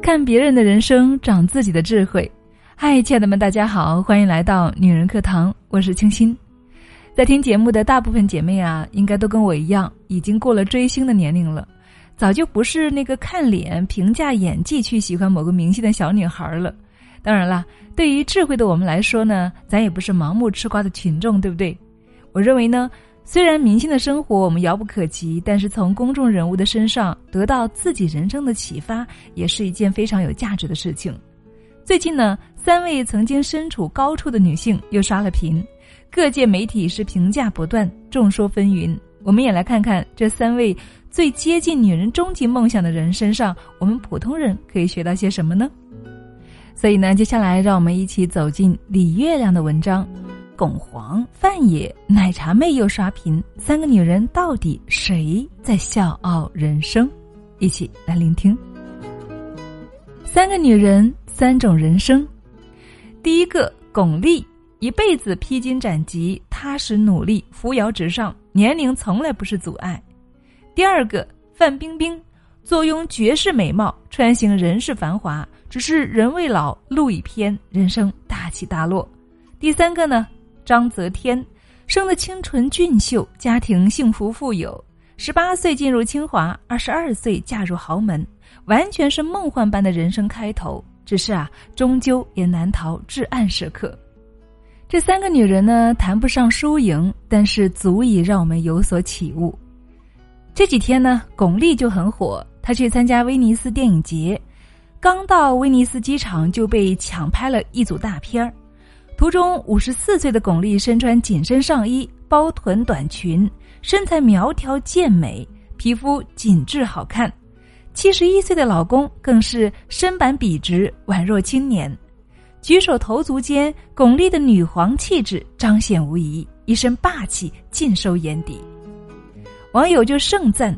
看别人的人生，长自己的智慧。嗨，亲爱的们，大家好，欢迎来到女人课堂，我是清新。在听节目的大部分姐妹啊，应该都跟我一样，已经过了追星的年龄了，早就不是那个看脸评价演技去喜欢某个明星的小女孩了。当然啦，对于智慧的我们来说呢，咱也不是盲目吃瓜的群众，对不对？我认为呢，虽然明星的生活我们遥不可及，但是从公众人物的身上得到自己人生的启发，也是一件非常有价值的事情。最近呢，3位曾经身处高处的女性又刷了屏，各界媒体是评价不断，众说纷纭。我们也来看看这3位最接近女人终极梦想的人身上，我们普通人可以学到些什么呢？所以呢，接下来让我们一起走进李月亮的文章。巩皇、范爷、奶茶妹又刷屏，3个女人到底谁在笑傲人生？一起来聆听。3个女人，3种人生。第一个，巩俐，一辈子披荆斩棘，踏实努力，扶摇直上，年龄从来不是阻碍。第二个，范冰冰，坐拥绝世美貌，穿行人世繁华，只是人未老，路已偏，人生大起大落。第三个呢，章泽天，生得清纯俊秀，家庭幸福富有，18岁进入清华，22岁嫁入豪门，完全是梦幻般的人生开头，只是终究也难逃至暗时刻。这3个女人呢，谈不上输赢，但是足以让我们有所启悟。这几天呢，巩俐就很火，她去参加威尼斯电影节，刚到威尼斯机场就被抢拍了一组大片儿。途中54岁的巩俐身穿紧身上衣，包臀短裙，身材苗条健美，皮肤紧致好看。71岁的老公更是身板笔直，宛若青年。举手投足间，巩俐的女皇气质彰显无疑，一身霸气尽收眼底。网友就盛赞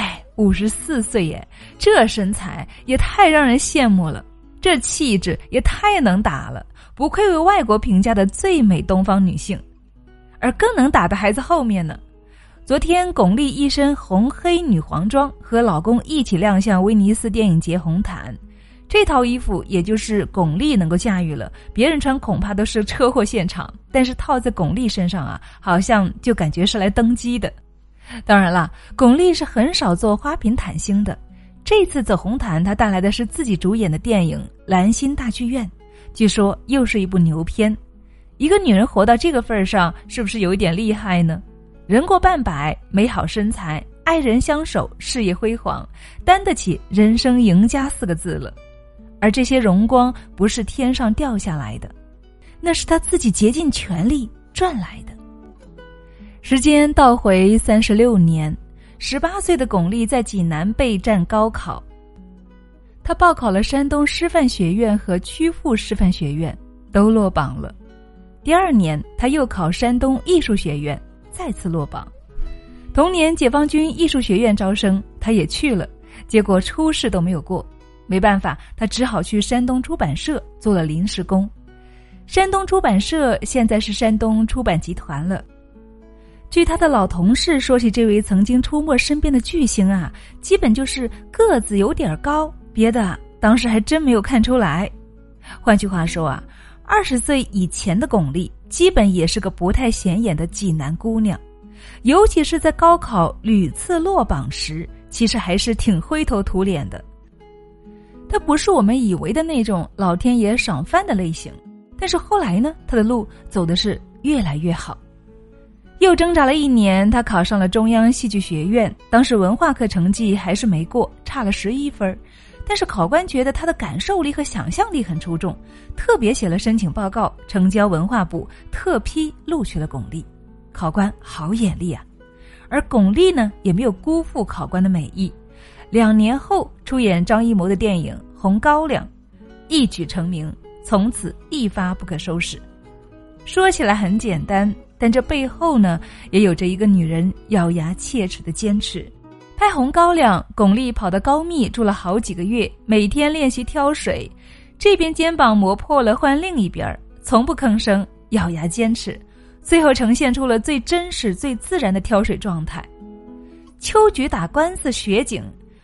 ，54岁耶，这身材也太让人羡慕了，这气质也太能打了，不愧为外国评价的最美东方女性。而更能打的还在后面呢。昨天巩俐一身红黑女皇装，和老公一起亮相威尼斯电影节红毯。这套衣服也就是巩俐能够驾驭了，别人穿恐怕都是车祸现场，但是套在巩俐身上好像就感觉是来登基的。当然啦，巩俐是很少做花瓶毯星的，这次走红毯她带来的是自己主演的电影《兰心大剧院》，据说又是一部牛片。一个女人活到这个份上，是不是有一点厉害呢？人过半百，美好身材，爱人相守，事业辉煌，担得起人生赢家4个字了。而这些荣光不是天上掉下来的，那是她自己竭尽全力赚来的。时间倒回36年，18岁的巩俐在济南备战高考。她报考了山东师范学院和曲阜师范学院，都落榜了。第2年，她又考山东艺术学院，再次落榜。同年解放军艺术学院招生，她也去了，结果初试都没有过。没办法，她只好去山东出版社做了临时工。山东出版社现在是山东出版集团了。据他的老同事说起这位曾经出没身边的巨星基本就是个子有点高，别的当时还真没有看出来。换句话说20岁以前的巩俐基本也是个不太显眼的济南姑娘，尤其是在高考屡次落榜时，其实还是挺灰头土脸的。她不是我们以为的那种老天爷赏饭的类型，但是后来呢，她的路走的是越来越好。又挣扎了1年，她考上了中央戏剧学院，当时文化课成绩还是没过，差了11分。但是考官觉得她的感受力和想象力很出众，特别写了申请报告，呈交文化部，特批录取了巩俐。考官好眼力而巩俐呢，也没有辜负考官的美意。2年后出演张艺谋的电影《红高粱》，一举成名，从此一发不可收拾。说起来很简单，但这背后呢，也有着一个女人咬牙切齿的坚持。拍《红高粱》，巩俐跑到高密住了好几个月，每天练习挑水，这边肩膀磨破了换另一边，从不吭声，咬牙坚持，最后呈现出了最真实最自然的挑水状态。秋菊打官司雪景，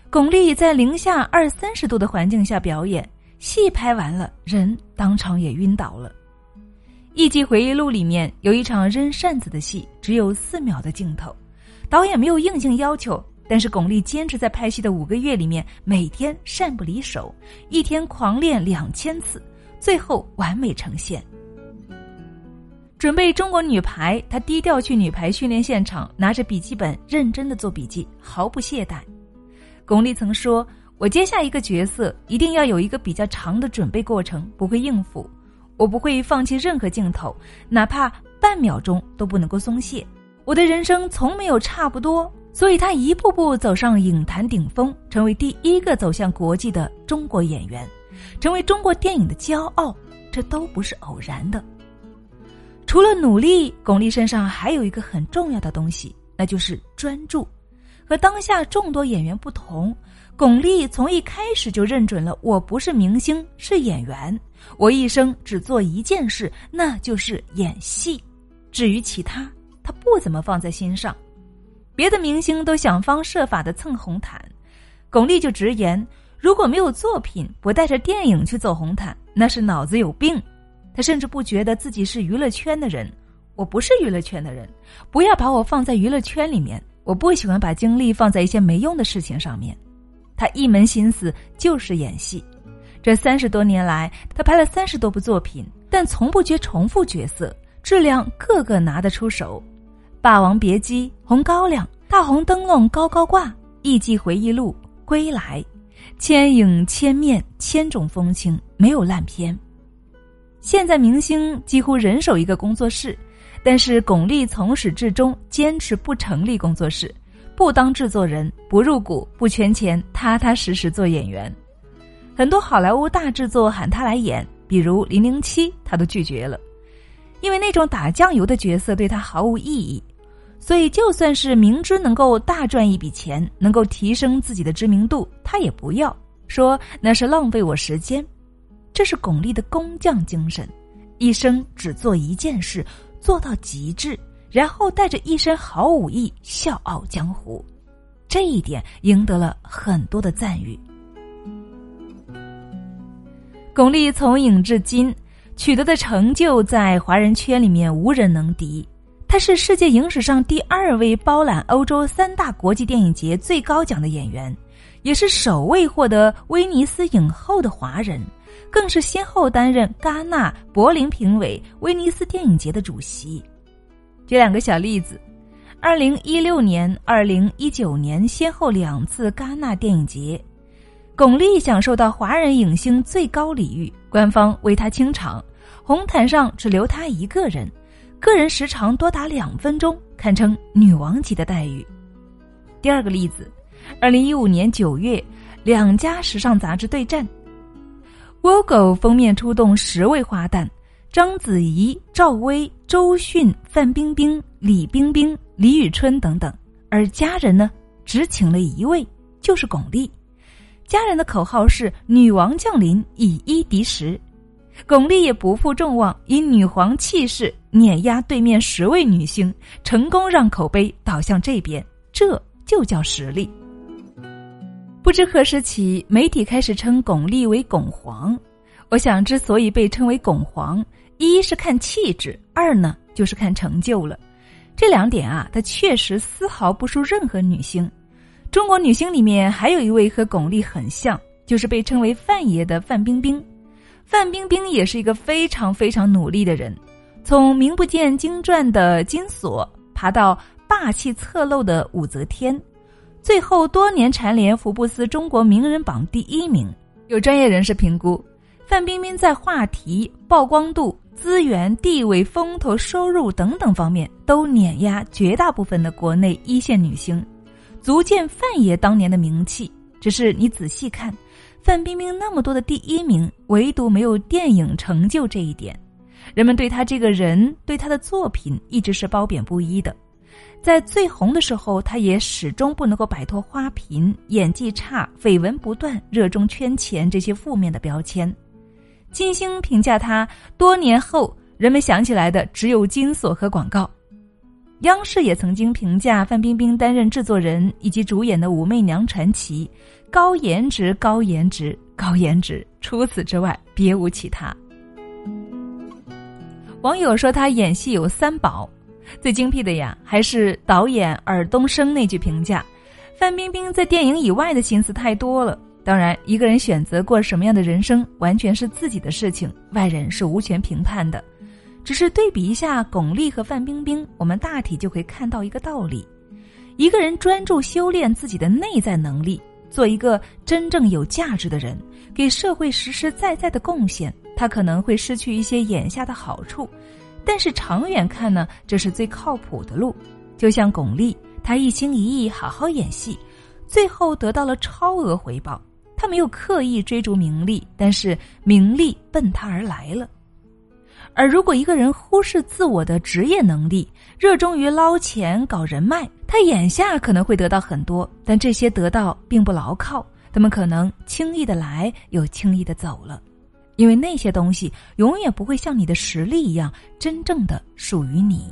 巩俐在零下20-30度的环境下表演，戏拍完了，人当场也晕倒了。艺伎回忆录里面有一场扔扇子的戏，只有4秒的镜头，导演没有硬性要求，但是巩俐坚持在拍戏的5个月里面，每天扇不离手，一天狂练2000次，最后完美呈现。准备中国女排，她低调去女排训练现场，拿着笔记本认真地做笔记，毫不懈怠。巩俐曾说，我接下一个角色一定要有一个比较长的准备过程，不会应付，我不会放弃任何镜头，哪怕半秒钟都不能够松懈。我的人生从没有差不多，所以她一步步走上影坛顶峰，成为第一个走向国际的中国演员，成为中国电影的骄傲，这都不是偶然的。除了努力，巩俐身上还有一个很重要的东西，那就是专注。和当下众多演员不同，巩俐从一开始就认准了，我不是明星，是演员，我一生只做一件事，那就是演戏。至于其他，她不怎么放在心上。别的明星都想方设法地蹭红毯，巩俐就直言，如果没有作品，不带着电影去走红毯，那是脑子有病。她甚至不觉得自己是娱乐圈的人，我不是娱乐圈的人，不要把我放在娱乐圈里面，我不喜欢把精力放在一些没用的事情上面。她一门心思就是演戏，这30多年来，她拍了30多部作品，但从不缺重复角色，质量个个拿得出手。霸王别姬、红高粱、大红灯笼高高挂、艺伎回忆录、归来，千影千面千种风情，没有烂片。现在明星几乎人手一个工作室，但是巩俐从始至终坚持不成立工作室，不当制作人，不入股，不圈钱，踏踏实实做演员。很多好莱坞大制作喊她来演，比如007，她都拒绝了，因为那种打酱油的角色对她毫无意义。所以就算是明知能够大赚一笔钱，能够提升自己的知名度，她也不要，说那是浪费我时间。这是巩俐的工匠精神，一生只做一件事，做到极致，然后带着一身好武艺笑傲江湖。这一点赢得了很多的赞誉。巩俐从影至今取得的成就在华人圈里面无人能敌，她是世界影史上第2位包揽欧洲3大国际电影节最高奖的演员，也是首位获得威尼斯影后的华人，更是先后担任戛纳、柏林评委、威尼斯电影节的主席。举2个小例子，2016年、2019年先后2次戛纳电影节，巩俐享受到华人影星最高礼遇，官方为她清场，红毯上只留她一个人，个人时长多达2分钟，堪称女王级的待遇。第2个例子，2015年9月，2家时尚杂志对战，Vogue 封面出动10位花旦，章子怡、赵薇、周迅、范冰冰、李冰冰、李宇春等等，而佳人呢，只请了1位，就是巩俐。佳人的口号是女王降临，以1敌10。巩俐也不负众望，以女皇气势碾压对面10位女星，成功让口碑倒向这边，这就叫实力。不知何时起，媒体开始称巩俐为巩皇。我想之所以被称为巩皇，一是看气质，2呢就是看成就了。这2点啊，她确实丝毫不输任何女星。中国女星里面还有一位和巩俐很像，就是被称为范爷的范冰冰。范冰冰也是一个非常非常努力的人，从名不见经传的金锁爬到霸气侧漏的武则天，最后多年蝉联福布斯中国名人榜第1名。有专业人士评估，范冰冰在话题、曝光度、资源、地位、风头、收入等等方面都碾压绝大部分的国内1线女星，足见范爷当年的名气。只是你仔细看，范冰冰那么多的第1名，唯独没有电影成就这一点。人们对她这个人，对她的作品一直是褒贬不一的。在最红的时候，她也始终不能够摆脱花瓶、演技差、绯闻不断、热衷圈钱这些负面的标签。金星评价她，多年后人们想起来的只有金锁和广告。 央视也曾经评价范冰冰担任制作人以及主演的《武媚娘传奇》高颜值高颜值高颜值，除此之外别无其他。网友说她演戏有3宝，最精辟的呀还是导演尔冬升那句评价，范冰冰在电影以外的心思太多了。当然一个人选择过什么样的人生完全是自己的事情，外人是无权评判的。只是对比一下巩俐和范冰冰，我们大体就可以看到一个道理，一个人专注修炼自己的内在能力，做一个真正有价值的人，给社会实实在在的贡献，他可能会失去一些眼下的好处，但是长远看呢，这是最靠谱的路。就像巩俐，她一心一意好好演戏，最后得到了超额回报。她没有刻意追逐名利，但是名利奔她而来了。而如果一个人忽视自我的职业能力，热衷于捞钱搞人脉，他眼下可能会得到很多，但这些得到并不牢靠，他们可能轻易的来又轻易的走了，因为那些东西永远不会像你的实力一样真正的属于你。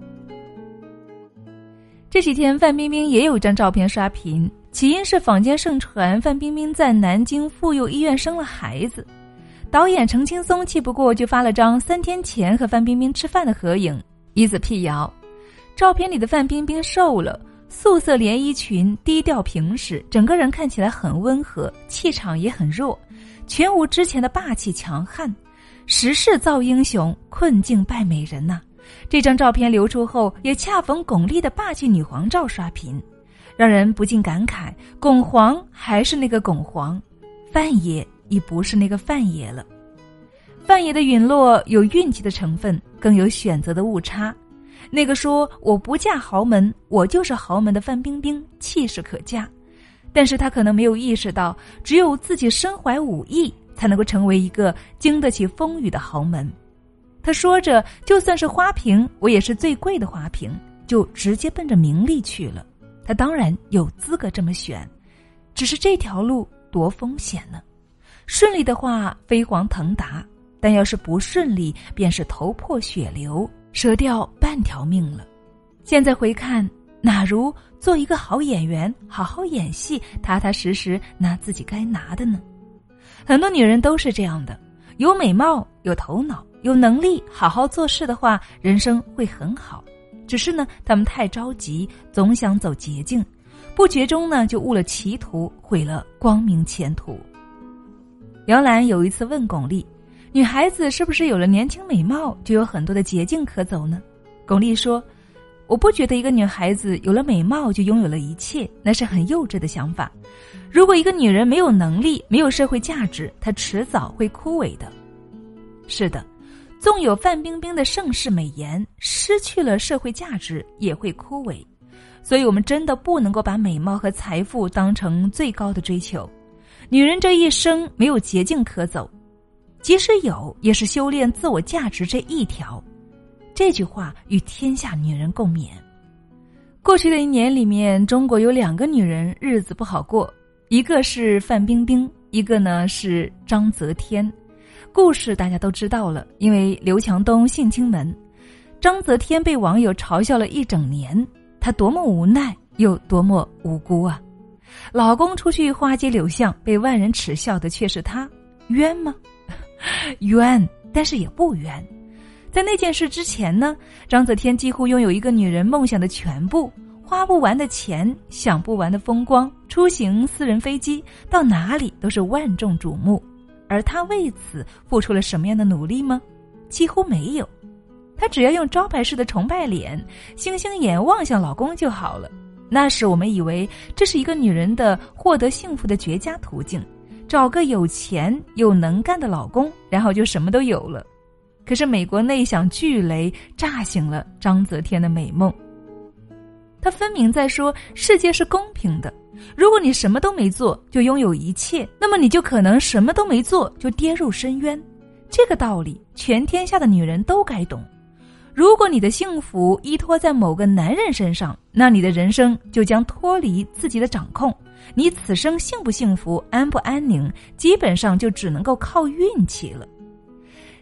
这几天范冰冰也有一张照片刷屏，起因是坊间盛传范冰冰在南京妇幼医院生了孩子，导演程青松气不过就发了张3天前和范冰冰吃饭的合影，以此辟谣。照片里的范冰冰瘦了，素色连衣裙，低调平实，整个人看起来很温和，气场也很弱，全无之前的霸气强悍。时势造英雄，困境败美人呐。这张照片流出后，也恰逢巩俐的霸气女皇照刷屏，让人不禁感慨，巩皇还是那个巩皇，范爷已不是那个范爷了。范爷的陨落有运气的成分，更有选择的误差。那个说我不嫁豪门，我就是豪门的范冰冰气势可嘉，但是他可能没有意识到，只有自己身怀武艺才能够成为一个经得起风雨的豪门。他说着就算是花瓶，我也是最贵的花瓶，就直接奔着名利去了。他当然有资格这么选，只是这条路多风险呢。顺利的话飞黄腾达，但要是不顺利便是头破血流，折掉半条命了。现在回看，哪如做一个好演员，好好演戏，踏踏实实拿自己该拿的呢？很多女人都是这样的，有美貌，有头脑，有能力，好好做事的话，人生会很好。只是呢，她们太着急，总想走捷径，不觉中呢就误了歧途，毁了光明前途。杨澜有一次问巩俐，女孩子是不是有了年轻美貌就有很多的捷径可走呢？巩俐说，我不觉得一个女孩子有了美貌就拥有了一切，那是很幼稚的想法。如果一个女人没有能力，没有社会价值，她迟早会枯萎的。是的，纵有范冰冰的盛世美颜，失去了社会价值也会枯萎。所以我们真的不能够把美貌和财富当成最高的追求。女人这一生没有捷径可走，即使有，也是修炼自我价值这一条。这句话与天下女人共勉。过去的1年里面，中国有2个女人日子不好过，一个是范冰冰，一个呢是章泽天。故事大家都知道了，因为刘强东性侵门，章泽天被网友嘲笑了1整年，她多么无奈又多么无辜啊！老公出去花街柳巷，被万人耻笑的却是她，冤吗？冤，但是也不冤。在那件事之前呢，章泽天几乎拥有一个女人梦想的全部，花不完的钱，享不完的风光，出行私人飞机，到哪里都是万众瞩目。而她为此付出了什么样的努力吗？几乎没有。她只要用招牌式的崇拜脸，星星眼望向老公就好了。那时我们以为这是一个女人的获得幸福的绝佳途径，找个有钱有能干的老公，然后就什么都有了。可是美国那响巨雷炸醒了章泽天的美梦。他分明在说世界是公平的，如果你什么都没做就拥有一切，那么你就可能什么都没做就跌入深渊。这个道理全天下的女人都该懂。如果你的幸福依托在某个男人身上，那你的人生就将脱离自己的掌控，你此生幸不幸福安不安宁，基本上就只能够靠运气了。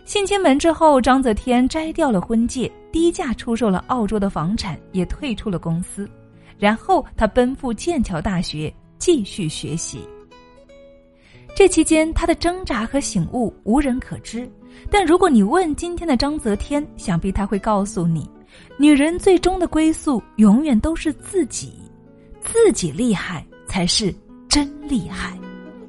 性侵门之后，章泽天摘掉了婚戒，低价出售了澳洲的房产，也退出了公司。然后他奔赴剑桥大学继续学习。这期间他的挣扎和醒悟无人可知，但如果你问今天的章泽天，想必他会告诉你，女人最终的归宿永远都是自己，自己厉害才是真厉害。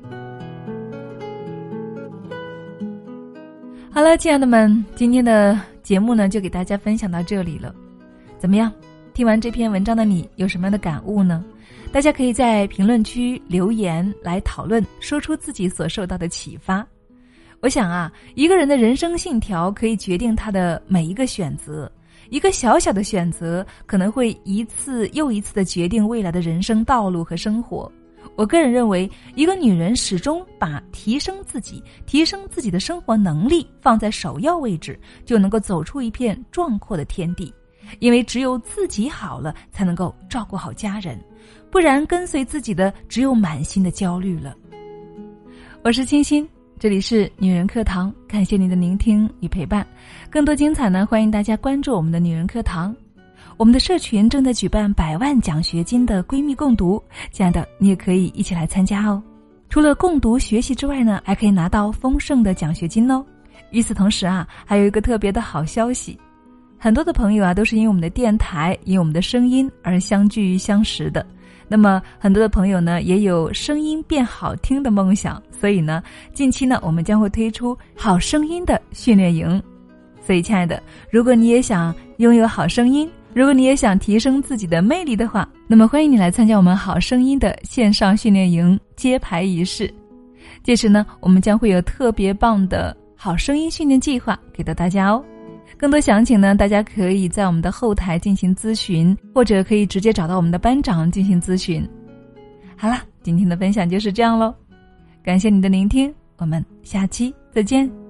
好了，亲爱的们，今天的节目呢就给大家分享到这里了。怎么样？听完这篇文章的你有什么样的感悟呢？大家可以在评论区留言来讨论，说出自己所受到的启发。我想啊，一个人的人生信条可以决定他的每一个选择，一个小小的选择可能会一次又一次地决定未来的人生道路和生活。我个人认为，一个女人始终把提升自己的生活能力放在首要位置，就能够走出一片壮阔的天地。因为只有自己好了，才能够照顾好家人，不然跟随自己的只有满心的焦虑了。我是清新，这里是女人课堂，感谢您的聆听与陪伴。更多精彩呢，欢迎大家关注我们的女人课堂。我们的社群正在举办100万奖学金的闺蜜共读，亲爱的，你也可以一起来参加哦。除了共读学习之外呢，还可以拿到丰盛的奖学金哦。与此同时啊，还有一个特别的好消息，很多的朋友啊都是因为我们的电台，因为我们的声音而相聚相识的。那么很多的朋友呢也有声音变好听的梦想，所以呢近期呢我们将会推出好声音的训练营。所以亲爱的，如果你也想拥有好声音，如果你也想提升自己的魅力的话，那么欢迎你来参加我们好声音的线上训练营揭牌仪式。届时呢我们将会有特别棒的好声音训练计划给到大家哦。更多详情呢，大家可以在我们的后台进行咨询，或者可以直接找到我们的班长进行咨询。好了，今天的分享就是这样咯，感谢你的聆听，我们下期再见。